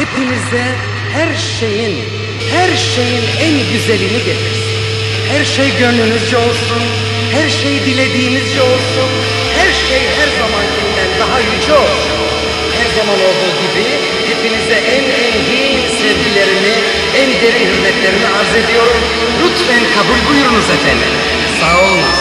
hepinize her şeyin en güzelini getirsin. Her şey gönlünüzce olsun, her şey dilediğinizce olsun, her şey her zamankinden daha yüce olsun. Her zaman olduğu gibi hepinize en engin sevgilerimi, en derin hürmetlerimi arz ediyorum. Lütfen kabul buyurunuz efendim. Sağ olun.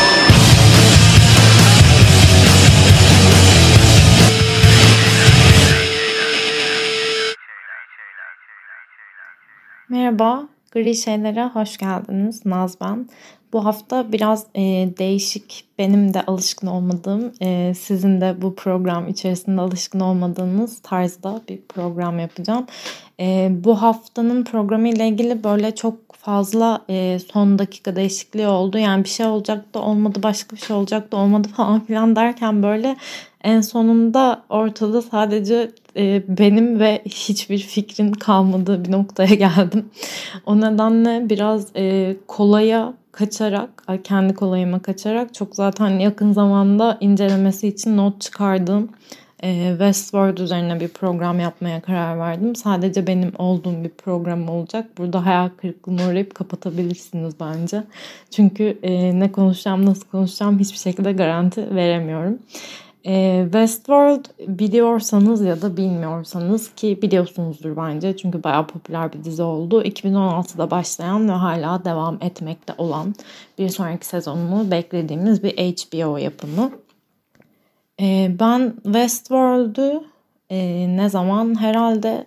Merhaba, Gri Şeylere hoş geldiniz. Naz ben. Bu hafta biraz değişik, benim de alışkın olmadığım, sizin de bu program içerisinde alışkın olmadığınız tarzda bir program yapacağım. Bu haftanın programı ile ilgili böyle çok fazla son dakika değişikliği oldu. Yani bir şey olacak da olmadı, başka bir şey olacak da olmadı falan filan derken böyle en sonunda ortada sadece benim ve hiçbir fikrin kalmadığı bir noktaya geldim. O nedenle biraz kolaya kaçarak, kendi kolayıma kaçarak çok zaten yakın zamanda incelemesi için not çıkardığım Westworld üzerine bir program yapmaya karar verdim. Sadece benim olduğum bir program olacak. Burada hayal kırıklığına uğrayıp kapatabilirsiniz bence. Çünkü ne konuşacağım, nasıl konuşacağım hiçbir şekilde garanti veremiyorum. Westworld biliyorsanız ya da bilmiyorsanız, ki biliyorsunuzdur bence çünkü bayağı popüler bir dizi oldu. 2016'da başlayan ve hala devam etmekte olan, bir sonraki sezonunu beklediğimiz bir HBO yapımı. Ben Westworld'u ne zaman, herhalde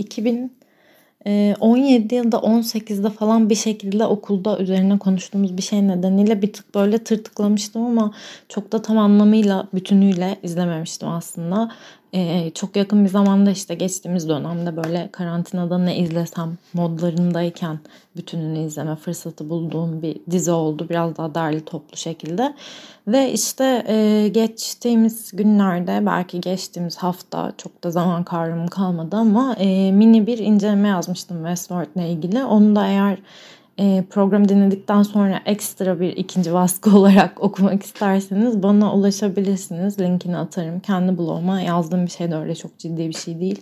2017 ya da 18'de falan bir şekilde okulda üzerine konuştuğumuz bir şey nedeniyle bir tık böyle tırtıklamıştım ama çok da tam anlamıyla, bütünüyle izlememiştim aslında. Çok yakın bir zamanda, işte geçtiğimiz dönemde böyle karantinada ne izlesem modlarındayken bütününü izleme fırsatı bulduğum bir dizi oldu. Biraz daha derli toplu şekilde. Ve işte geçtiğimiz günlerde, belki geçtiğimiz hafta, çok da zaman kavramı kalmadı ama mini bir inceleme yazmıştım Westworld'la ilgili. Onu da eğer programı dinledikten sonra ekstra bir ikinci baskı olarak okumak isterseniz bana ulaşabilirsiniz. Linkini atarım. Kendi bloguma yazdığım bir şey de öyle çok ciddi bir şey değil.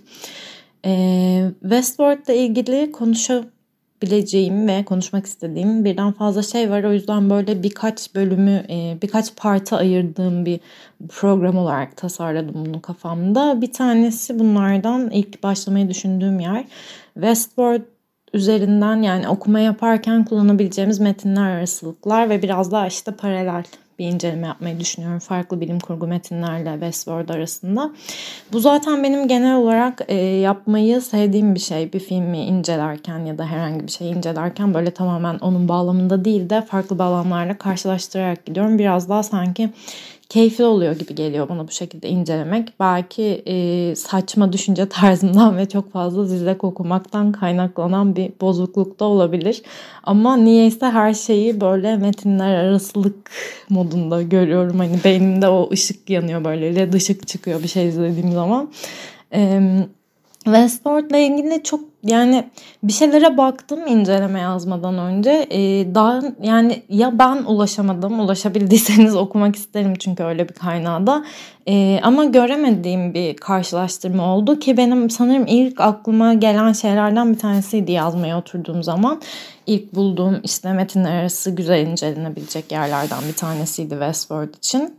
Westworld'la ilgili konuşabileceğim ve konuşmak istediğim birden fazla şey var. O yüzden böyle birkaç bölümü, birkaç parta ayırdığım bir program olarak tasarladım bunu kafamda. Bir tanesi bunlardan, ilk başlamayı düşündüğüm yer Westworld üzerinden, yani okuma yaparken kullanabileceğimiz metinler arasılıklar ve biraz daha işte paralel bir inceleme yapmayı düşünüyorum farklı bilim kurgu metinlerle Westworld arasında. Bu zaten benim genel olarak yapmayı sevdiğim bir şey. Bir filmi incelerken ya da herhangi bir şeyi incelerken böyle tamamen onun bağlamında değil de farklı bağlamlarla karşılaştırarak gidiyorum. Biraz daha sanki keyifli oluyor gibi geliyor bana bu şekilde incelemek. Belki saçma düşünce tarzımdan ve çok fazla zizek okumaktan kaynaklanan bir bozukluk da olabilir. Ama niyeyse her şeyi böyle metinler arasılık modunda görüyorum. Hani beynimde o ışık yanıyor, böyle led ışık çıkıyor bir şey izlediğim zaman. Westworld'la ilgili çok, yani bir şeylere baktım inceleme yazmadan önce. Daha, yani ya ben ulaşamadım, ulaşabildiyseniz okumak isterim çünkü öyle bir kaynağı da. Ama göremediğim bir karşılaştırma oldu ki benim sanırım ilk aklıma gelen şeylerden bir tanesiydi yazmaya oturduğum zaman. İlk bulduğum işte metinler arası güzel incelenebilecek yerlerden bir tanesiydi Westworld için.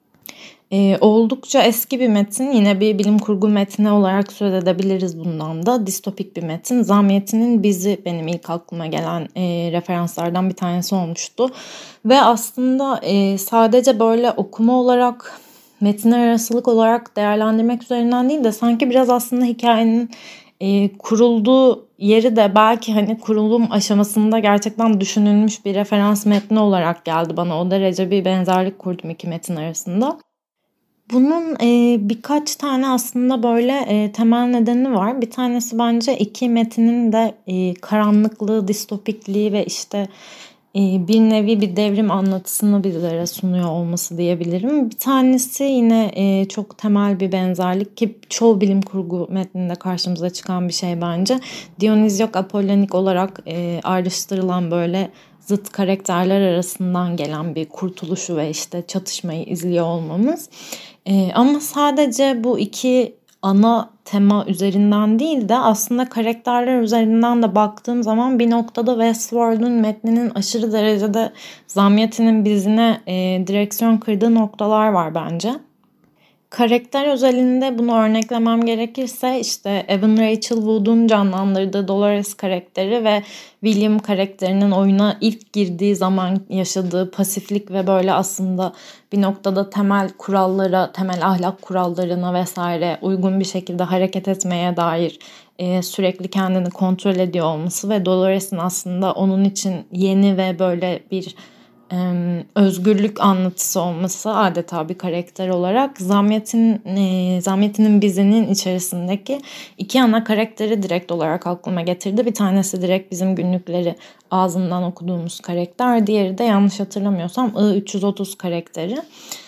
Oldukça eski bir metin, yine bir bilim kurgu metni olarak söz edebiliriz bundan da. Distopik bir metin. Zamiyeti'nin Bizi benim ilk aklıma gelen referanslardan bir tanesi olmuştu. Ve aslında sadece böyle okuma olarak, metinler arasılık olarak değerlendirmek üzerinden değil de sanki biraz aslında hikayenin kurulduğu yeri de belki hani kurulum aşamasında gerçekten düşünülmüş bir referans metni olarak geldi bana. O derece bir benzerlik kurdum iki metin arasında. Bunun birkaç tane aslında böyle temel nedeni var. Bir tanesi bence iki metinin de karanlıklığı, distopikliği ve işte bir nevi bir devrim anlatısını bizlere sunuyor olması diyebilirim. Bir tanesi yine çok temel bir benzerlik ki çoğu bilim kurgu metninde karşımıza çıkan bir şey bence. Dionizyok Apollonik olarak ayrıştırılan böyle zıt karakterler arasından gelen bir kurtuluşu ve işte çatışmayı izliyor olmamız. Ama sadece bu iki ana tema üzerinden değil de aslında karakterler üzerinden de baktığım zaman bir noktada Westworld'un metninin aşırı derecede Zamyatin'in bizine direksiyon kırdığı noktalar var bence. Karakter özelinde bunu örneklemem gerekirse işte Evan Rachel Wood'un canlandırdığı Dolores karakteri ve William karakterinin oyuna ilk girdiği zaman yaşadığı pasiflik ve böyle aslında bir noktada temel kurallara, temel ahlak kurallarına vesaire uygun bir şekilde hareket etmeye dair sürekli kendini kontrol ediyor olması ve Dolores'in aslında onun için yeni ve böyle bir özgürlük anlatısı olması adeta bir karakter olarak Zamyatin'in bizinin içerisindeki iki ana karakteri direkt olarak aklıma getirdi. Bir tanesi direkt bizim günlükleri ağzından okuduğumuz karakter, diğeri de yanlış hatırlamıyorsam I-330 karakteri.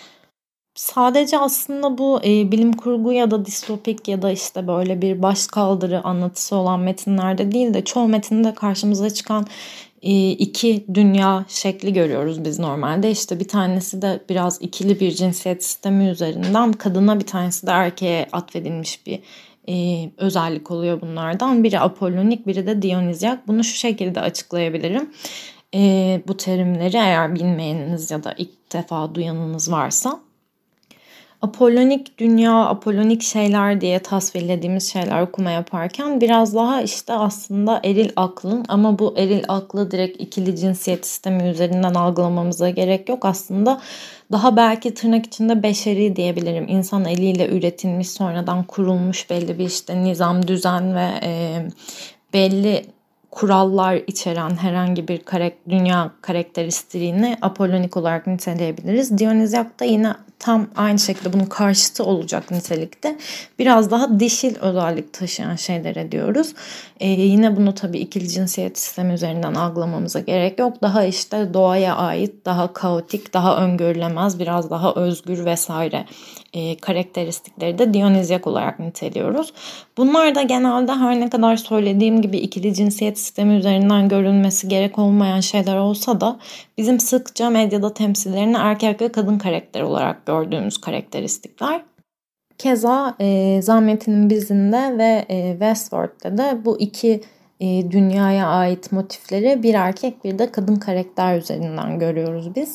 Sadece aslında bu bilim kurgu ya da distopik ya da işte böyle bir başkaldırı anlatısı olan metinlerde değil de çoğu metinde karşımıza çıkan iki dünya şekli görüyoruz biz normalde. İşte bir tanesi de biraz ikili bir cinsiyet sistemi üzerinden kadına, bir tanesi de erkeğe atfedilmiş bir özellik oluyor bunlardan. Biri Apollonik, biri de Dionizyak. Bunu şu şekilde açıklayabilirim. Bu terimleri eğer bilmeyeniniz ya da ilk defa duyanınız varsa. Apollonik dünya, apollonik şeyler diye tasvirlediğimiz şeyler okuma yaparken biraz daha işte aslında eril aklın, ama bu eril aklı direkt ikili cinsiyet sistemi üzerinden algılamamıza gerek yok. Aslında daha belki tırnak içinde beşeri diyebilirim. İnsan eliyle üretilmiş, sonradan kurulmuş belli bir işte nizam, düzen ve belli kurallar içeren herhangi bir dünya karakteristiğini apollonik olarak niteleyebiliriz. Dionizyak da yine tam aynı şekilde bunun karşıtı olacak nitelikte. Biraz daha dişil özellik taşıyan şeylere diyoruz. Yine bunu tabii ikili cinsiyet sistemi üzerinden algılamamıza gerek yok. Daha işte doğaya ait, daha kaotik, daha öngörülemez, biraz daha özgür vesaire karakteristikleri de Dionizyak olarak niteliyoruz. Bunlar da genelde her ne kadar söylediğim gibi ikili cinsiyet sistemi üzerinden görülmesi gerek olmayan şeyler olsa da bizim sıkça medyada temsillerini erkek ve kadın karakter olarak gördüğümüz karakteristikler. Keza Zamyatin'in bizinde ve Westworld'de de bu iki dünyaya ait motifleri bir erkek bir de kadın karakter üzerinden görüyoruz biz.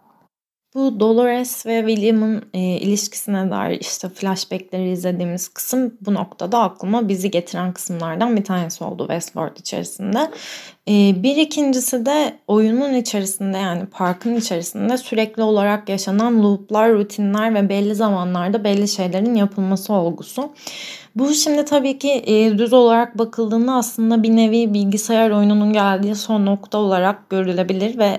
Bu Dolores ve William'ın ilişkisine dair işte flashbackleri izlediğimiz kısım bu noktada aklıma bizi getiren kısımlardan bir tanesi oldu Westworld içerisinde. Bir ikincisi de oyunun içerisinde, yani parkın içerisinde sürekli olarak yaşanan looplar, rutinler ve belli zamanlarda belli şeylerin yapılması olgusu. Bu şimdi tabii ki düz olarak bakıldığında aslında bir nevi bilgisayar oyununun geldiği son nokta olarak görülebilir ve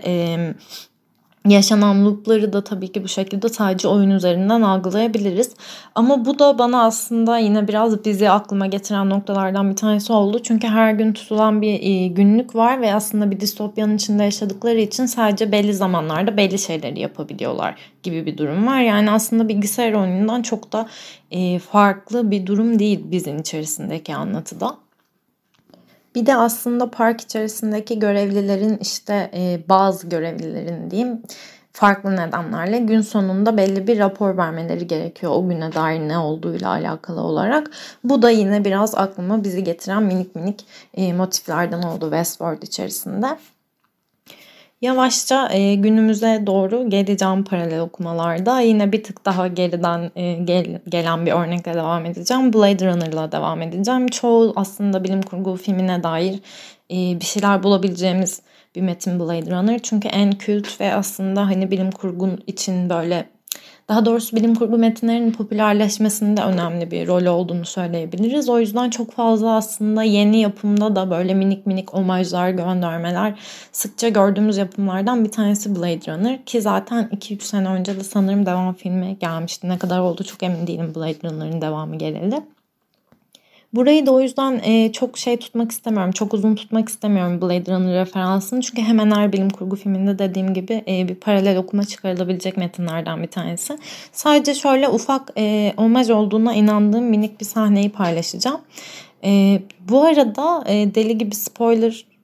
yaşanan loopları da tabii ki bu şekilde sadece oyun üzerinden algılayabiliriz. Ama bu da bana aslında yine biraz bizi aklıma getiren noktalardan bir tanesi oldu. Çünkü her gün tutulan bir günlük var ve aslında bir distopyanın içinde yaşadıkları için sadece belli zamanlarda belli şeyleri yapabiliyorlar gibi bir durum var. Yani aslında bilgisayar oyunundan çok da farklı bir durum değil bizim içerisindeki anlatıda. Bir de aslında park içerisindeki görevlilerin işte bazı görevlilerin diyeyim farklı nedenlerle gün sonunda belli bir rapor vermeleri gerekiyor o güne dair ne olduğuyla alakalı olarak. Bu da yine biraz aklıma bizi getiren minik minik motiflerden oldu Westworld içerisinde. Yavaşça günümüze doğru geleceğim paralel okumalarda. Yine bir tık daha geriden gelen bir örnekle devam edeceğim. Blade Runner'la devam edeceğim. Çoğu aslında bilim kurgu filmine dair bir şeyler bulabileceğimiz bir metin Blade Runner. Çünkü en kült ve aslında hani bilim kurgun için böyle, daha doğrusu bilim kurgu metinlerinin popülerleşmesinde önemli bir rol olduğunu söyleyebiliriz. O yüzden çok fazla aslında yeni yapımda da böyle minik minik omajlar, göndermeler sıkça gördüğümüz yapımlardan bir tanesi Blade Runner. Ki zaten 2-3 sene önce de sanırım devam filmi gelmişti. Ne kadar oldu çok emin değilim Blade Runner'ın devamı geleli. Burayı da o yüzden çok tutmak istemiyorum. Çok uzun tutmak istemiyorum Blade Runner referansını. Çünkü hemen her bilim kurgu filminde dediğim gibi bir paralel okuma çıkarılabilecek metinlerden bir tanesi. Sadece şöyle ufak omaj olduğuna inandığım minik bir sahneyi paylaşacağım. Bu arada deli gibi spoiler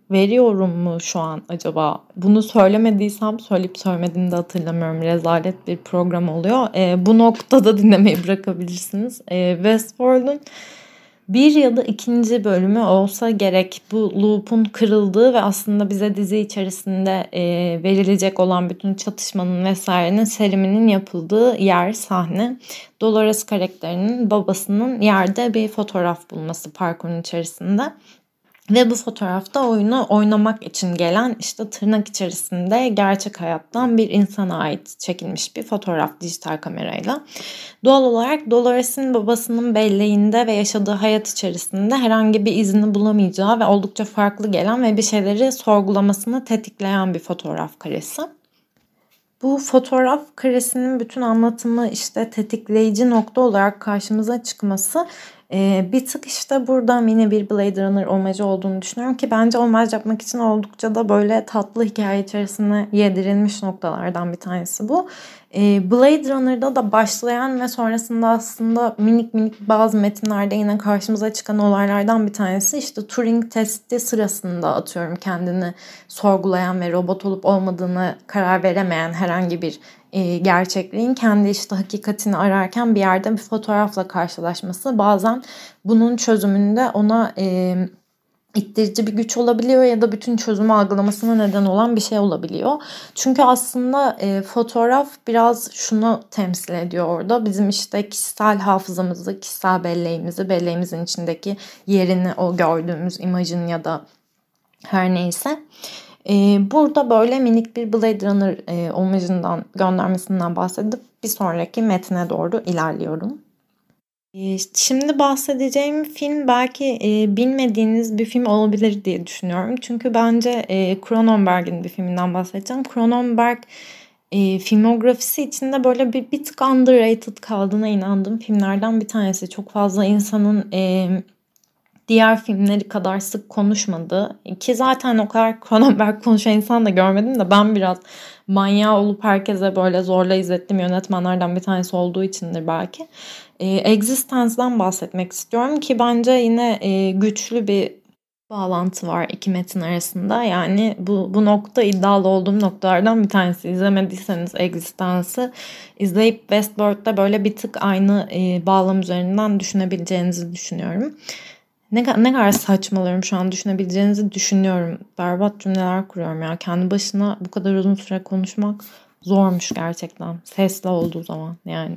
veriyorum mu şu an acaba? Bunu söylemediysem söyleyip söylemediğimi de hatırlamıyorum. Rezalet bir program oluyor. Bu noktada dinlemeyi bırakabilirsiniz. Westworld'un bir ya da ikinci bölümü olsa gerek, bu loop'un kırıldığı ve aslında bize dizi içerisinde verilecek olan bütün çatışmanın vesairenin seriminin yapıldığı yer, sahne. Dolores karakterinin babasının yerde bir fotoğraf bulması parkurun içerisinde. Ve bu fotoğrafta oyunu oynamak için gelen, işte tırnak içerisinde gerçek hayattan bir insana ait çekilmiş bir fotoğraf dijital kamerayla. Doğal olarak Dolores'in babasının belleğinde ve yaşadığı hayat içerisinde herhangi bir izini bulamayacağı ve oldukça farklı gelen ve bir şeyleri sorgulamasını tetikleyen bir fotoğraf karesi. Bu fotoğraf karesinin bütün anlatımı, işte tetikleyici nokta olarak karşımıza çıkması bir tık işte burada yine bir Blade Runner omajı olduğunu düşünüyorum ki bence omaj yapmak için oldukça da böyle tatlı hikaye içerisine yedirilmiş noktalardan bir tanesi bu. Blade Runner'da da başlayan ve sonrasında aslında minik minik bazı metinlerde yine karşımıza çıkan olaylardan bir tanesi, işte Turing testi sırasında atıyorum kendini sorgulayan ve robot olup olmadığını karar veremeyen herhangi bir gerçekliğin kendi işte hakikatini ararken bir yerde bir fotoğrafla karşılaşması bazen bunun çözümünde ona ittirici bir güç olabiliyor ya da bütün çözümü algılamasına neden olan bir şey olabiliyor. Çünkü aslında fotoğraf biraz şunu temsil ediyor orada. Bizim işte kişisel hafızamızı, kişisel belleğimizi, belleğimizin içindeki yerini, o gördüğümüz imajın ya da her neyse. Burada böyle minik bir Blade Runner omajından, göndermesinden bahsedip bir sonraki metne doğru ilerliyorum. Şimdi bahsedeceğim film belki bilmediğiniz bir film olabilir diye düşünüyorum. Çünkü bence Cronenberg'in bir filminden bahsedeceğim. Cronenberg filmografisi içinde böyle bir tık underrated kaldığına inandığım filmlerden bir tanesi. Çok fazla insanın diğer filmleri kadar sık konuşmadı. Ki zaten o kadar Cronenberg konuşan insan da görmedim de ben biraz manyağı olup herkese böyle zorla izlettiğim yönetmenlerden bir tanesi olduğu içindir belki. Existence'dan bahsetmek istiyorum ki bence yine güçlü bir bağlantı var iki metin arasında. Yani bu nokta iddialı olduğum noktalardan bir tanesi. İzlemediyseniz Existence'ı izleyip Westworld'da böyle bir tık aynı bağlam üzerinden düşünebileceğinizi düşünüyorum. Ne kadar saçmalıyorum şu an, düşünebileceğinizi düşünüyorum. Berbat cümleler kuruyorum ya. Kendi başına bu kadar uzun süre konuşmak zormuş gerçekten. Sesli olduğu zaman yani.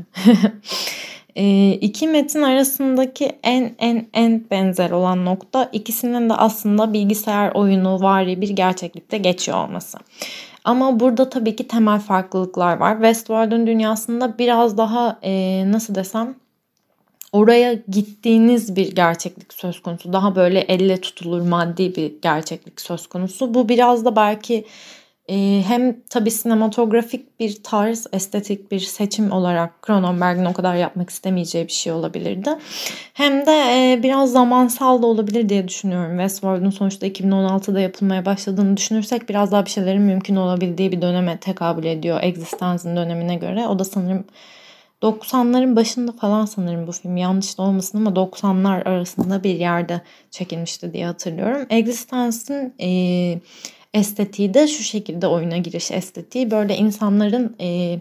İki metin arasındaki en benzer olan nokta ikisinin de aslında bilgisayar oyunu vari bir gerçeklikte geçiyor olması. Ama burada tabii ki temel farklılıklar var. Westworld'un dünyasında biraz daha nasıl desem, oraya gittiğiniz bir gerçeklik söz konusu. Daha böyle elle tutulur maddi bir gerçeklik söz konusu. Bu biraz da belki hem tabii sinematografik bir tarz, estetik bir seçim olarak Cronenberg'in o kadar yapmak istemeyeceği bir şey olabilirdi. Hem de biraz zamansal da olabilir diye düşünüyorum. Westworld'un sonuçta 2016'da yapılmaya başladığını düşünürsek biraz daha bir şeylerin mümkün olabildiği bir döneme tekabül ediyor Existence'in dönemine göre. O da sanırım 90'ların başında falan sanırım bu film. Yanlış da olmasın ama 90'lar arasında bir yerde çekilmişti diye hatırlıyorum. Existence'in estetiği de şu şekilde, oyuna giriş estetiği. Böyle insanların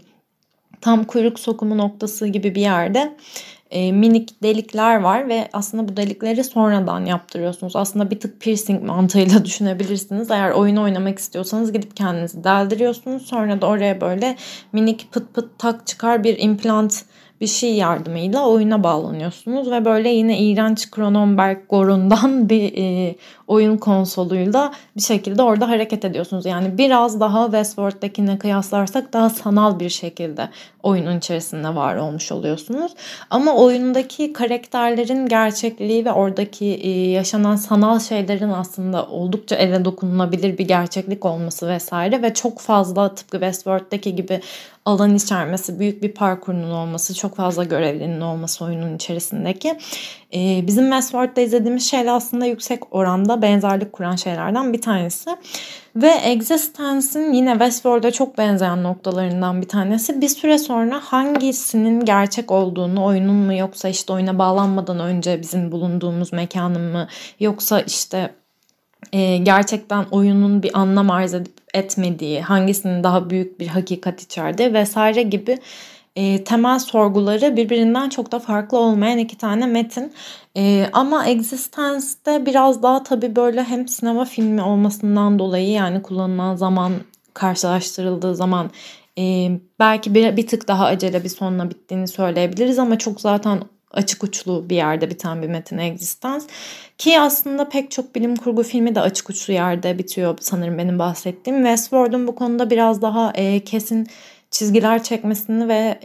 tam kuyruk sokumu noktası gibi bir yerde minik delikler var ve aslında bu delikleri sonradan yaptırıyorsunuz. Aslında bir tık piercing mantığıyla düşünebilirsiniz. Eğer oyun oynamak istiyorsanız gidip kendinizi deldiriyorsunuz. Sonra da oraya böyle minik pıt pıt tak çıkar bir implant bir şey yardımıyla oyuna bağlanıyorsunuz ve böyle yine iğrenç Cronenberg gorundan bir oyun konsoluyla bir şekilde orada hareket ediyorsunuz. Yani biraz daha Westworld'dakine kıyaslarsak daha sanal bir şekilde oyunun içerisinde var olmuş oluyorsunuz. Ama oyundaki karakterlerin gerçekliği ve oradaki yaşanan sanal şeylerin aslında oldukça ele dokunulabilir bir gerçeklik olması vesaire ve çok fazla tıpkı Westworld'daki gibi alan içermesi, büyük bir parkurunun olması, çok fazla görevlinin olması oyunun içerisindeki. Bizim Westworld'da izlediğimiz şeyle aslında yüksek oranda benzerlik kuran şeylerden bir tanesi. Ve Existence'in yine Westworld'a çok benzeyen noktalarından bir tanesi. Bir süre sonra hangisinin gerçek olduğunu, oyunun mu yoksa işte oyuna bağlanmadan önce bizim bulunduğumuz mekanın mı yoksa işte gerçekten oyunun bir anlam arz edip etmediği, hangisinin daha büyük bir hakikat içerdiği vesaire gibi temel sorguları birbirinden çok da farklı olmayan iki tane metin. Ama Existence'de biraz daha tabii böyle hem sinema filmi olmasından dolayı, yani kullanılan zaman karşılaştırıldığı zaman belki bir tık daha acele bir sonla bittiğini söyleyebiliriz ama çok zaten açık uçlu bir yerde biten bir metin Existence. Ki aslında pek çok bilim kurgu filmi de açık uçlu yerde bitiyor sanırım benim bahsettiğim. Westworld'un bu konuda biraz daha kesin çizgiler çekmesini ve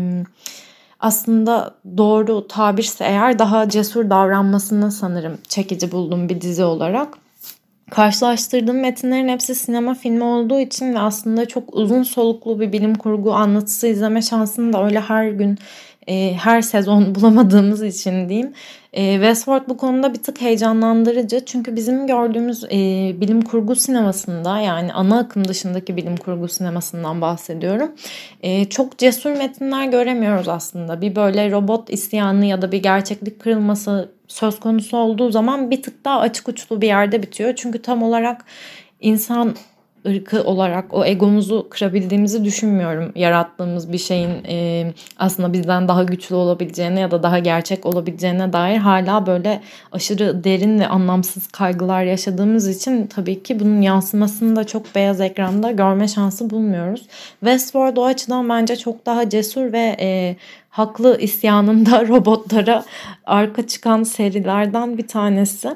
aslında doğru tabirse eğer daha cesur davranmasını sanırım çekici buldum bir dizi olarak. Karşılaştırdığım metinlerin hepsi sinema filmi olduğu için ve aslında çok uzun soluklu bir bilim kurgu anlatısı izleme şansını da öyle her gün, her sezon bulamadığımız için diyeyim. Westworld bu konuda bir tık heyecanlandırıcı. Çünkü bizim gördüğümüz bilim kurgu sinemasında, yani ana akım dışındaki bilim kurgu sinemasından bahsediyorum. Çok cesur metinler göremiyoruz aslında. Bir böyle robot isyanı ya da bir gerçeklik kırılması söz konusu olduğu zaman bir tık daha açık uçlu bir yerde bitiyor. Çünkü tam olarak insan ırkı olarak o egomuzu kırabildiğimizi düşünmüyorum. Yarattığımız bir şeyin aslında bizden daha güçlü olabileceğine ya da daha gerçek olabileceğine dair hala böyle aşırı derin ve anlamsız kaygılar yaşadığımız için tabii ki bunun yansımasını da çok beyaz ekranda görme şansı bulmuyoruz. Westworld o açıdan bence çok daha cesur ve haklı isyanında robotlara arka çıkan serilerden bir tanesi.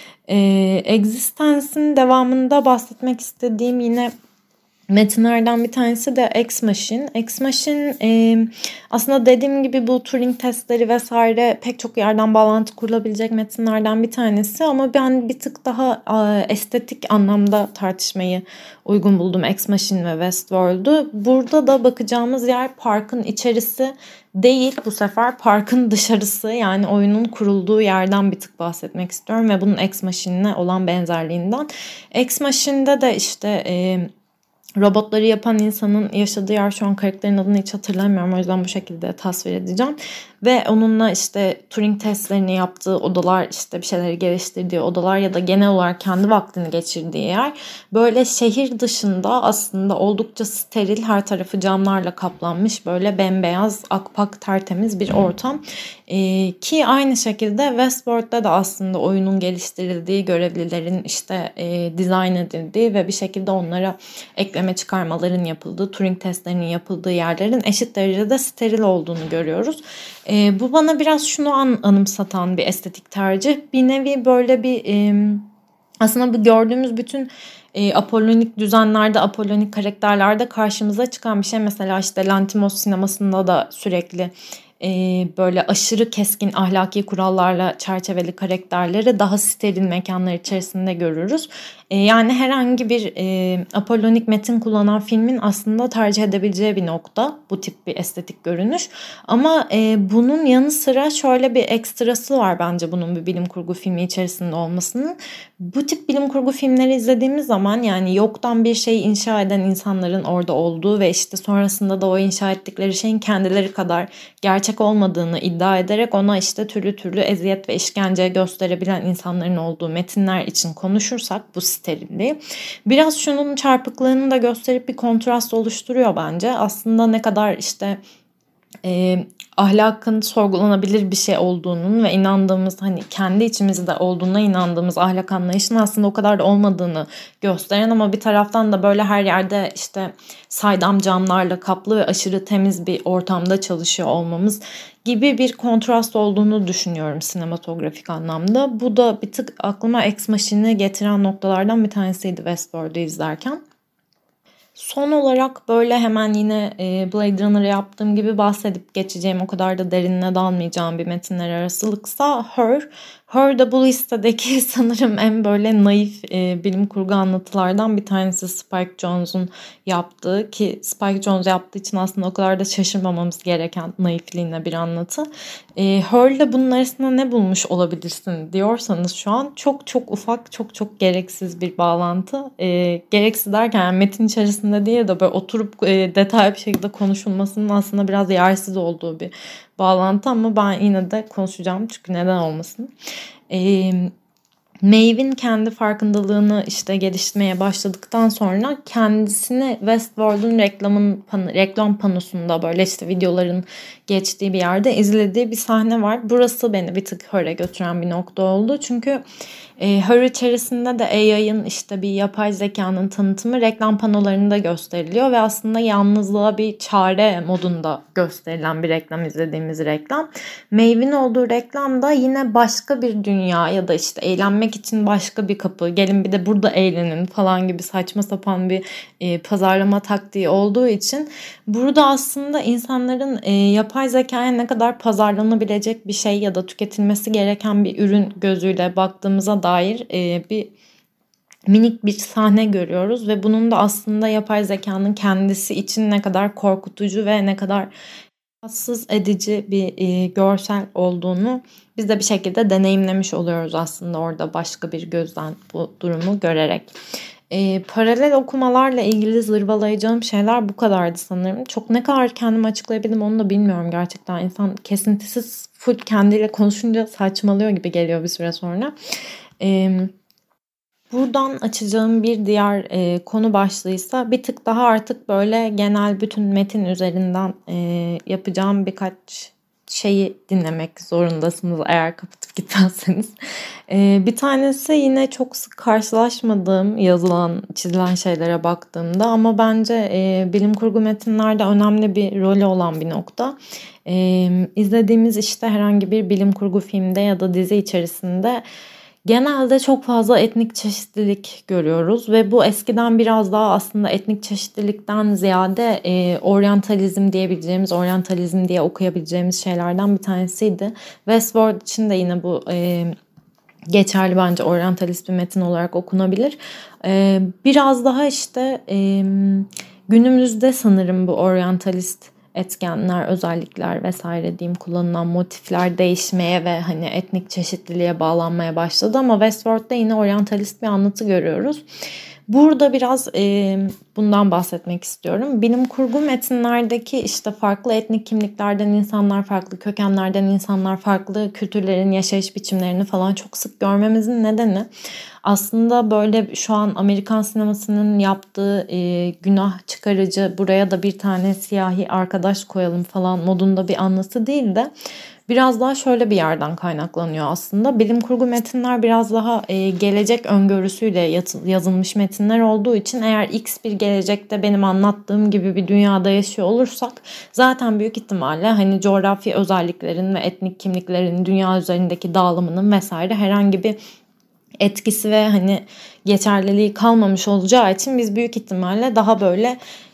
Existence'in devamında bahsetmek istediğim yine metinlerden bir tanesi de Ex Machina. Ex Machina aslında dediğim gibi bu Turing testleri vesaire pek çok yerden bağlantı kurulabilecek metinlerden bir tanesi ama ben bir tık daha estetik anlamda tartışmayı uygun buldum Ex Machina ve Westworld'u. Burada da bakacağımız yer parkın içerisi değil, bu sefer parkın dışarısı, yani oyunun kurulduğu yerden bir tık bahsetmek istiyorum ve bunun Ex Machina'ne olan benzerliğinden. Ex Machina'da da işte robotları yapan insanın yaşadığı yer, şu an karakterin adını hiç hatırlamıyorum, o yüzden bu şekilde tasvir edeceğim. Ve onunla işte Turing testlerini yaptığı odalar, işte bir şeyleri geliştirdiği odalar ya da genel olarak kendi vaktini geçirdiği yer. Böyle şehir dışında aslında oldukça steril, her tarafı camlarla kaplanmış, böyle bembeyaz, akpak, tertemiz bir ortam. Ki aynı şekilde Westworld'da da aslında oyunun geliştirildiği, görevlilerin işte dizayn edildiği ve bir şekilde onlara ekleme çıkarmaların yapıldığı, Turing testlerinin yapıldığı yerlerin eşit derecede steril olduğunu görüyoruz. Bu bana biraz şunu anımsatan bir estetik tercih. Bir nevi böyle bir aslında bu gördüğümüz bütün apollonik düzenlerde, apollonik karakterlerde karşımıza çıkan bir şey. Mesela işte Lanthimos sinemasında da sürekli böyle aşırı keskin ahlaki kurallarla çerçeveli karakterleri daha steril mekanlar içerisinde görürüz. Yani herhangi bir apollonik metin kullanan filmin aslında tercih edebileceği bir nokta bu tip bir estetik görünüş. Ama bunun yanı sıra şöyle bir ekstrası var bence bunun bir bilim kurgu filmi içerisinde olmasının. Bu tip bilim kurgu filmleri izlediğimiz zaman, yani yoktan bir şeyi inşa eden insanların orada olduğu ve işte sonrasında da o inşa ettikleri şeyin kendileri kadar gerçek olmadığını iddia ederek ona işte türlü türlü eziyet ve işkence gösterebilen insanların olduğu metinler için konuşursak bu sterilliği biraz şunun çarpıklığını da gösterip bir kontrast oluşturuyor bence. Aslında ne kadar işte ahlakın sorgulanabilir bir şey olduğunun ve inandığımız, hani kendi içimizde olduğuna inandığımız ahlak anlayışının aslında o kadar da olmadığını gösteren ama bir taraftan da böyle her yerde işte saydam camlarla kaplı ve aşırı temiz bir ortamda çalışıyor olmamız gibi bir kontrast olduğunu düşünüyorum sinematografik anlamda. Bu da bir tık aklıma Ex Machina'yı getiren noktalardan bir tanesiydi Westworld'u izlerken. Son olarak böyle hemen yine Blade Runner'ı yaptığım gibi bahsedip geçeceğim, o kadar da derinine dalmayacağım bir metinler arasılıksa Her. Her de bu listedeki sanırım en böyle naif bilim kurgu anlatılardan bir tanesi, Spike Jonze'un yaptığı, ki Spike Jonze yaptığı için aslında o kadar da şaşırmamamız gereken naifliğine bir anlatı. Her'le bunun arasında ne bulmuş olabilirsin diyorsanız şu an çok çok ufak, çok çok gereksiz bir bağlantı. Gereksiz derken yani metin içerisinde değil de böyle oturup detaylı bir şekilde konuşulmasının aslında biraz yersiz olduğu bir bağlantı ama ben yine de konuşacağım çünkü neden olmasın. Maeve'in kendi farkındalığını işte geliştirmeye başladıktan sonra kendisini Westworld'un reklam panosunda böyle işte videoların geçtiği bir yerde izlediği bir sahne var. Burası beni bir tık Her'e götüren bir nokta oldu. Çünkü Her içerisinde de AI'ın işte bir yapay zekanın tanıtımı reklam panolarında gösteriliyor ve aslında yalnızlığa bir çare modunda gösterilen bir reklam, izlediğimiz reklam. Maeve'in olduğu reklamda yine başka bir dünya ya da işte eğlenmek için başka bir kapı, gelin bir de burada eğlenin falan gibi saçma sapan bir pazarlama taktiği olduğu için burada aslında insanların yapay zekaya ne kadar pazarlanabilecek bir şey ya da tüketilmesi gereken bir ürün gözüyle baktığımıza dair bir minik bir sahne görüyoruz ve bunun da aslında yapay zekanın kendisi için ne kadar korkutucu ve ne kadar rahatsız edici bir görsel olduğunu biz de bir şekilde deneyimlemiş oluyoruz aslında orada başka bir gözden bu durumu görerek. Paralel okumalarla ilgili zırvalayacağım şeyler bu kadardı sanırım. Çok ne kadar kendimi açıklayabildim onu da bilmiyorum gerçekten. İnsan kesintisiz full kendiyle konuşunca saçmalıyor gibi geliyor bir süre sonra. Buradan açacağım bir diğer konu başlığıysa bir tık daha artık böyle genel bütün metin üzerinden yapacağım birkaç şeyi dinlemek zorundasınız eğer kapatıp gitmezseniz. Bir tanesi yine çok sık karşılaşmadığım yazılan, çizilen şeylere baktığımda ama bence bilim kurgu metinlerde önemli bir rolü olan bir nokta. İzlediğimiz işte herhangi bir bilim kurgu filmde ya da dizi içerisinde genelde çok fazla etnik çeşitlilik görüyoruz ve bu eskiden biraz daha aslında etnik çeşitlilikten ziyade oryantalizm diyebileceğimiz, oryantalizm diye okuyabileceğimiz şeylerden bir tanesiydi. Westworld için de yine bu geçerli bence, oryantalist bir metin olarak okunabilir. Biraz daha işte günümüzde sanırım bu oryantalist etkenler, özellikler vesaire diyeyim kullanılan motifler değişmeye ve hani etnik çeşitliliğe bağlanmaya başladı ama Westworld'da yine oryantalist bir anlatı görüyoruz. Burada biraz bundan bahsetmek istiyorum. Bilim kurgu metinlerdeki işte farklı etnik kimliklerden insanlar, farklı kökenlerden insanlar, farklı kültürlerin yaşayış biçimlerini falan çok sık görmemizin nedeni aslında böyle şu an Amerikan sinemasının yaptığı günah çıkarıcı, buraya da bir tane siyahi arkadaş koyalım falan modunda bir anlatı değil de biraz daha şöyle bir yerden kaynaklanıyor aslında. Bilim kurgu metinler biraz daha gelecek öngörüsüyle yazılmış metinler olduğu için eğer X bir gelecekte benim anlattığım gibi bir dünyada yaşıyor olursak zaten büyük ihtimalle hani coğrafi özelliklerin ve etnik kimliklerin dünya üzerindeki dağılımının vesaire herhangi bir etkisi ve hani geçerliliği kalmamış olacağı için biz büyük ihtimalle daha böyle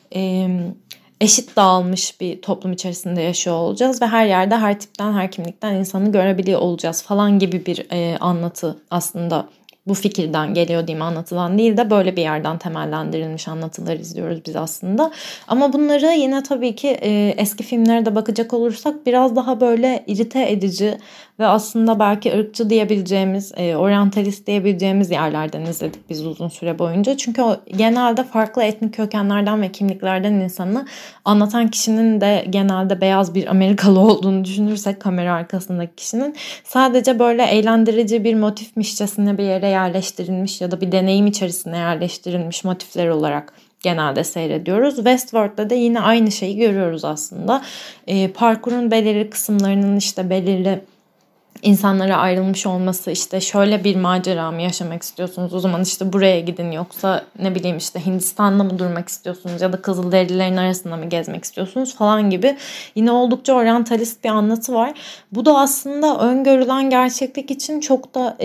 eşit dağılmış bir toplum içerisinde yaşıyor olacağız ve her yerde her tipten her kimlikten insanı görebiliyor olacağız falan gibi bir anlatı aslında bu fikirden geliyor diyeyim, anlatılan değil de böyle bir yerden temellendirilmiş anlatılar izliyoruz biz aslında. Ama bunları yine tabii ki eski filmlere de bakacak olursak biraz daha böyle irite edici ve aslında belki ırkçı diyebileceğimiz, oryantalist diyebileceğimiz yerlerden izledik biz uzun süre boyunca. Çünkü o genelde farklı etnik kökenlerden ve kimliklerden insanı anlatan kişinin de genelde beyaz bir Amerikalı olduğunu düşünürsek kamera arkasındaki kişinin sadece böyle eğlendirici bir motifmişçesine bir yere yerleştirilmiş ya da bir deneyim içerisine yerleştirilmiş motifler olarak genelde seyrediyoruz. Westworld'da da yine aynı şeyi görüyoruz aslında. Parkurun belirli kısımlarının işte belirli insanlara ayrılmış olması, işte şöyle bir macera mı yaşamak istiyorsunuz, o zaman işte buraya gidin, yoksa ne bileyim işte Hindistan'da mı durmak istiyorsunuz ya da Kızılderililerin arasında mı gezmek istiyorsunuz falan gibi yine oldukça oryantalist bir anlatı var. Bu da aslında öngörülen gerçeklik için çok da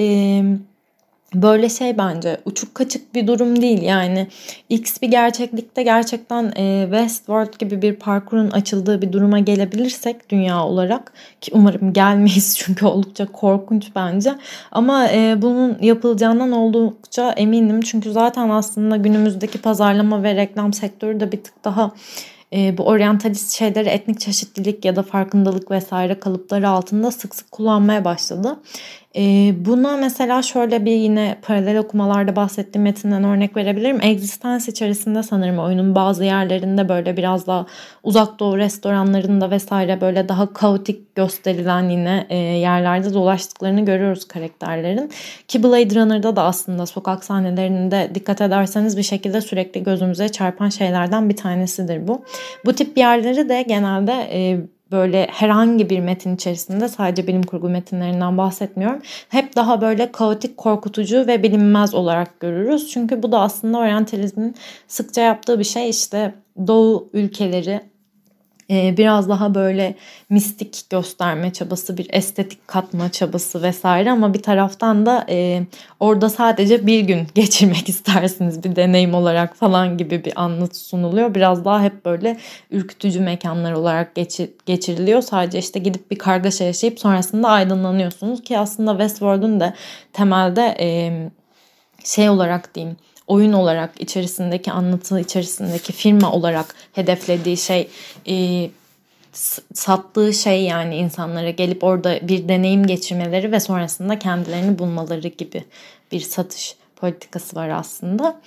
böyle şey, bence uçuk kaçık bir durum değil. Yani X bir gerçeklikte gerçekten Westworld gibi bir parkurun açıldığı bir duruma gelebilirsek dünya olarak, ki umarım gelmeyiz çünkü oldukça korkunç bence, ama bunun yapılacağından oldukça eminim. Çünkü zaten aslında günümüzdeki pazarlama ve reklam sektörü de bir tık daha bu oryantalist şeyleri etnik çeşitlilik ya da farkındalık vesaire kalıpları altında sık sık kullanmaya başladı. Buna mesela şöyle bir yine paralel okumalarda bahsettiğim metinden örnek verebilirim. Existence içerisinde sanırım oyunun bazı yerlerinde böyle biraz daha uzak doğu restoranlarında vesaire böyle daha kaotik gösterilen yine yerlerde dolaştıklarını görüyoruz karakterlerin. Ki Blade Runner'da da aslında sokak sahnelerinde dikkat ederseniz bir şekilde sürekli gözümüze çarpan şeylerden bir tanesidir bu. Bu tip yerleri de genelde böyle herhangi bir metin içerisinde, sadece bilim kurgu metinlerinden bahsetmiyorum, hep daha böyle kaotik, korkutucu ve bilinmez olarak görürüz. Çünkü bu da aslında oryantalizmin sıkça yaptığı bir şey. İşte Doğu ülkeleri biraz daha böyle mistik gösterme çabası, bir estetik katma çabası vesaire, ama bir taraftan da orada sadece bir gün geçirmek istersiniz bir deneyim olarak falan gibi bir anlatı sunuluyor. Biraz daha hep böyle ürkütücü mekanlar olarak geçiriliyor. Sadece işte gidip bir kargaşa yaşayıp sonrasında aydınlanıyorsunuz ki aslında Westworld'un da temelde şey olarak diyeyim, oyun olarak içerisindeki anlatı içerisindeki firma olarak hedeflediği şey, sattığı şey, yani insanlara gelip orada bir deneyim geçirmeleri ve sonrasında kendilerini bulmaları gibi bir satış politikası var aslında.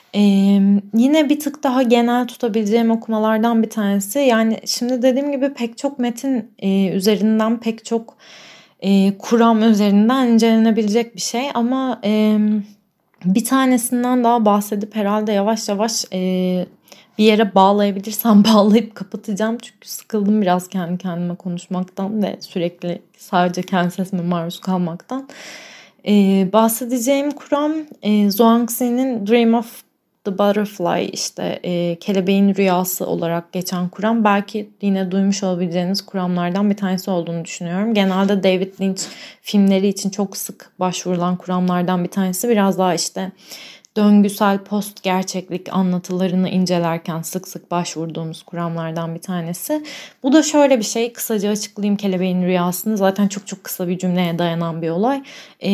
Yine bir tık daha genel tutabileceğim okumalardan bir tanesi. Yani şimdi dediğim gibi pek çok metin üzerinden, pek çok kuram üzerinden incelenebilecek bir şey, ama bir tanesinden daha bahsedip herhalde yavaş yavaş bir yere bağlayabilirsem bağlayıp kapatacağım. Çünkü sıkıldım biraz kendi kendime konuşmaktan ve sürekli sadece kendi sesime maruz kalmaktan. Bahsedeceğim kuram Zhuangzi'nin Dream of the Butterfly, işte kelebeğin rüyası olarak geçen kuram. Belki yine duymuş olabileceğiniz kuramlardan bir tanesi olduğunu düşünüyorum. Genelde David Lynch filmleri için çok sık başvurulan kuramlardan bir tanesi. Biraz daha işte döngüsel post gerçeklik anlatılarını incelerken sık sık başvurduğumuz kuramlardan bir tanesi. Bu da şöyle bir şey, kısaca açıklayayım kelebeğin rüyasını. Zaten çok çok kısa bir cümleye dayanan bir olay.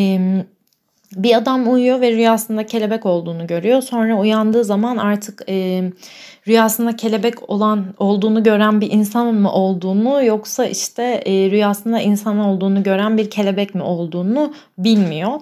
Bir adam uyuyor ve rüyasında kelebek olduğunu görüyor. Sonra uyandığı zaman artık rüyasında kelebek olduğunu gören bir insan mı olduğunu, yoksa işte rüyasında insan olduğunu gören bir kelebek mi olduğunu bilmiyor.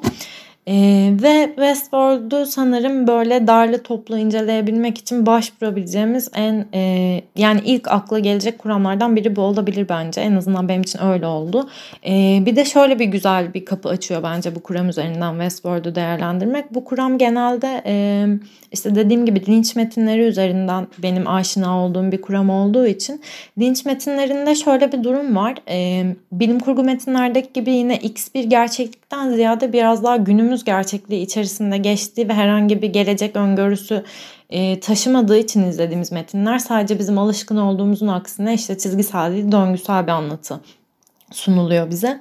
Ve Westworld'u sanırım böyle derli toplu inceleyebilmek için başvurabileceğimiz yani ilk akla gelecek kuramlardan biri bu olabilir bence. En azından benim için öyle oldu. Bir de şöyle bir güzel bir kapı açıyor bence bu kuram üzerinden Westworld'u değerlendirmek. Bu kuram genelde işte dediğim gibi Lynch metinleri üzerinden benim aşina olduğum bir kuram olduğu için, Lynch metinlerinde şöyle bir durum var. Bilim kurgu metinlerdeki gibi yine X bir gerçeklikten ziyade biraz daha günümüz gerçekliği içerisinde geçtiği ve herhangi bir gelecek öngörüsü taşımadığı için izlediğimiz metinler sadece bizim alışkın olduğumuzun aksine işte çizgisel değil, döngüsel bir anlatı sunuluyor bize.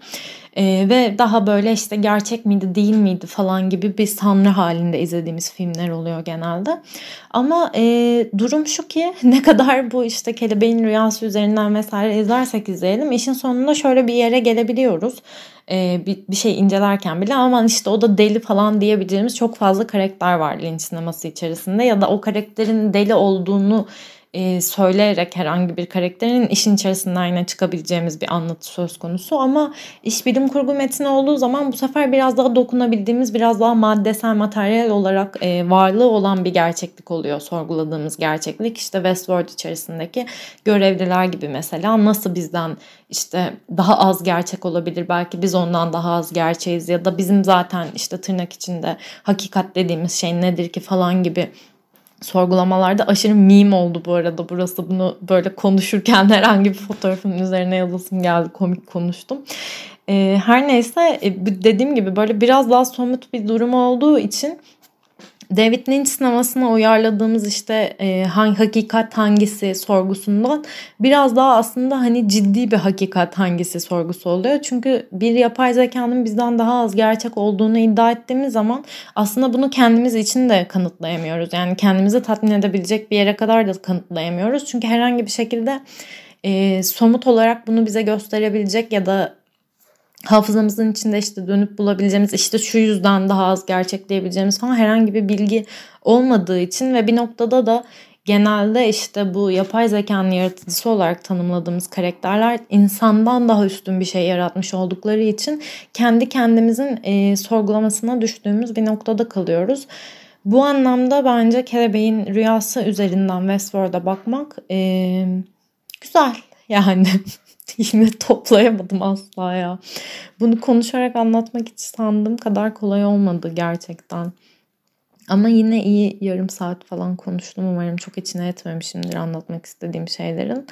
Ve daha böyle işte gerçek miydi değil miydi falan gibi bir sanrı halinde izlediğimiz filmler oluyor genelde. Ama durum şu ki ne kadar bu işte kelebeğin rüyası üzerinden vesaire izlersek izleyelim, işin sonunda şöyle bir yere gelebiliyoruz. Bir şey incelerken bile aman işte o da deli falan diyebileceğimiz çok fazla karakter var Lynch sineması içerisinde, ya da o karakterin deli olduğunu söyleyerek herhangi bir karakterin işin içerisinden yine çıkabileceğimiz bir anlatı söz konusu. Ama iş bilim kurgu metni olduğu zaman bu sefer biraz daha dokunabildiğimiz, biraz daha maddesel, materyal olarak varlığı olan bir gerçeklik oluyor sorguladığımız gerçeklik. İşte Westworld içerisindeki görevliler gibi mesela, nasıl bizden işte daha az gerçek olabilir, belki biz ondan daha az gerçeğiz, ya da bizim zaten işte tırnak içinde hakikat dediğimiz şey nedir ki falan gibi sorgulamalarda aşırı meme oldu bu arada burası. Bunu böyle konuşurken herhangi bir fotoğrafın üzerine yazasım geldi. Komik konuştum. Her neyse, dediğim gibi böyle biraz daha somut bir durum olduğu için David Lynch sinemasına uyarladığımız işte hakikat hangisi sorgusundan biraz daha aslında hani ciddi bir hakikat hangisi sorgusu oluyor. Çünkü bir yapay zekanın bizden daha az gerçek olduğunu iddia ettiğimiz zaman aslında bunu kendimiz için de kanıtlayamıyoruz. Yani kendimizi tatmin edebilecek bir yere kadar da kanıtlayamıyoruz. Çünkü herhangi bir şekilde somut olarak bunu bize gösterebilecek ya da hafızamızın içinde işte dönüp bulabileceğimiz, işte şu yüzden daha az gerçekleyebileceğimiz falan herhangi bir bilgi olmadığı için ve bir noktada da genelde işte bu yapay zekanın yaratıcısı olarak tanımladığımız karakterler insandan daha üstün bir şey yaratmış oldukları için kendi kendimizin sorgulamasına düştüğümüz bir noktada kalıyoruz. Bu anlamda bence Kelebeğin Rüyası üzerinden Westworld'a bakmak güzel yani. Yine toplayamadım asla ya. Bunu konuşarak anlatmak hiç sandığım kadar kolay olmadı gerçekten. Ama yine iyi yarım saat falan konuştum. Umarım çok içine etmemişimdir anlatmak istediğim şeylerin.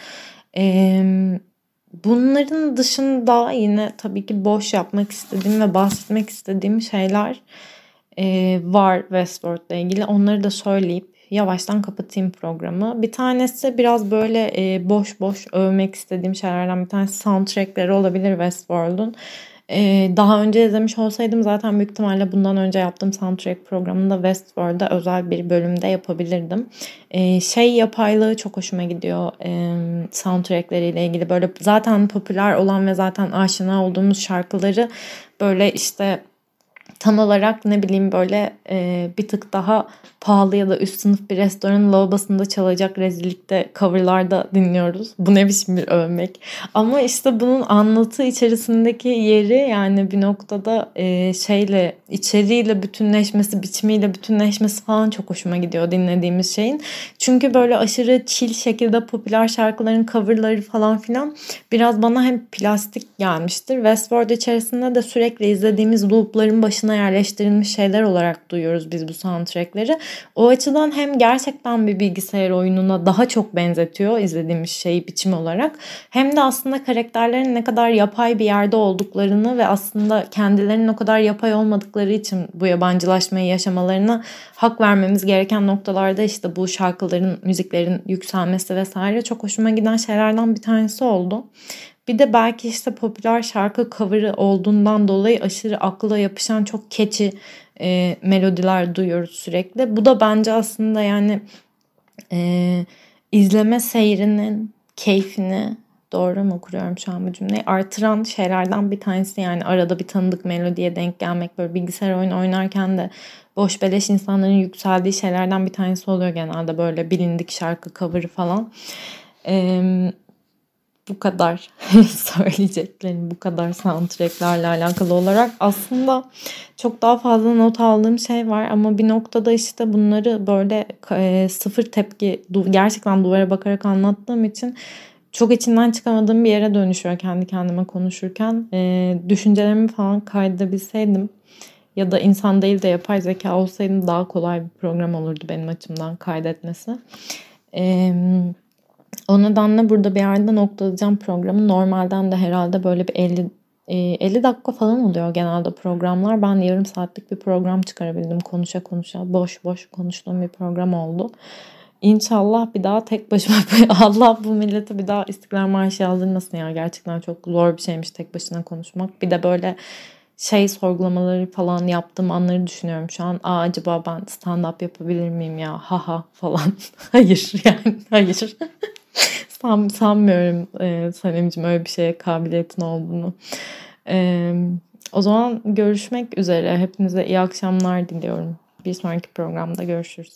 Bunların dışında yine tabii ki boş yapmak istediğim ve bahsetmek istediğim şeyler var Westworld'la ilgili. Onları da söyleyip yavaştan kapatayım programı. Bir tanesi biraz böyle boş boş övmek istediğim şeylerden bir tanesi soundtrackleri olabilir Westworld'un. Daha önce izlemiş olsaydım zaten büyük ihtimalle bundan önce yaptığım soundtrack programında Westworld'a özel bir bölümde yapabilirdim. Yapaylığı çok hoşuma gidiyor soundtrackleriyle ilgili. Böyle zaten popüler olan ve zaten aşina olduğumuz şarkıları böyle işte tam olarak ne bileyim böyle bir tık daha pahalı ya da üst sınıf bir restoranın lavabosunda çalacak rezillikte coverlarda dinliyoruz. Bu ne biçim bir övmek. Ama işte bunun anlatı içerisindeki yeri yani bir noktada içeriğiyle bütünleşmesi, biçimiyle bütünleşmesi falan çok hoşuma gidiyor dinlediğimiz şeyin. Çünkü böyle aşırı chill şekilde popüler şarkıların coverları falan filan biraz bana hem plastik gelmiştir. Westworld içerisinde de sürekli izlediğimiz loopların başına yerleştirilmiş şeyler olarak duyuyoruz biz bu soundtrackleri. O açıdan hem gerçekten bir bilgisayar oyununa daha çok benzetiyor izlediğimiz şeyi biçim olarak. Hem de aslında karakterlerin ne kadar yapay bir yerde olduklarını ve aslında kendilerinin o kadar yapay olmadıkları için bu yabancılaşmayı yaşamalarına hak vermemiz gereken noktalarda işte bu şarkıların, müziklerin yükselmesi vesaire çok hoşuma giden şeylerden bir tanesi oldu. Bir de belki işte popüler şarkı cover'ı olduğundan dolayı aşırı akla yapışan çok catchy melodiler duyuyoruz sürekli. Bu da bence aslında yani izleme seyrinin keyfini, doğru mu kuruyorum şu an bu cümleyi, artıran şeylerden bir tanesi. Yani arada bir tanıdık melodiye denk gelmek, böyle bilgisayar oyunu oynarken de boş beleş insanların yükseldiği şeylerden bir tanesi oluyor genelde, böyle bilindik şarkı cover'ı falan. Bu kadar söyleyeceklerim, bu kadar soundtracklerle alakalı olarak. Aslında çok daha fazla not aldığım şey var ama bir noktada işte bunları böyle sıfır tepki, gerçekten duvara bakarak anlattığım için çok içinden çıkamadığım bir yere dönüşüyor kendi kendime konuşurken. Düşüncelerimi falan kaydedebilseydim ya da insan değil de yapay zeka olsaydım daha kolay bir program olurdu benim açımdan kaydetmesi. O nedenle burada bir yerde noktalayacağım programı. Normalden de herhalde böyle bir 50 dakika falan oluyor genelde programlar. Ben yarım saatlik bir program çıkarabildim konuşa konuşa. Boş boş konuştuğum bir program oldu. İnşallah bir daha tek başıma Allah bu millete bir daha İstiklal Marşı yazdırmasın ya. Gerçekten çok zor bir şeymiş tek başına konuşmak. Bir de böyle sorgulamaları falan yaptığım anları düşünüyorum şu an. Acaba ben stand-up yapabilir miyim ya? Haha falan. Hayır yani hayır. Sanmıyorum Sanemciğim öyle bir şeye kabiliyetin olduğunu. O zaman görüşmek üzere. Hepinize iyi akşamlar diliyorum. Bir sonraki programda görüşürüz.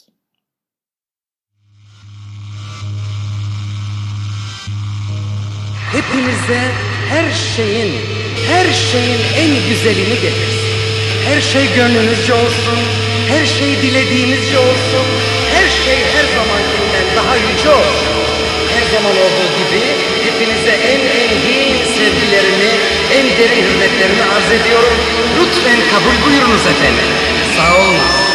Hepinize her şeyin en güzelini getirsin. Her şey gönlünüzce olsun, her şey dilediğinizce olsun, her şey her zamankinden daha yüce olsun. Her zaman olduğu gibi hepinize en engin sevgilerimi, en derin hürmetlerimi arz ediyorum. Lütfen kabul buyurunuz efendim. Sağ olun.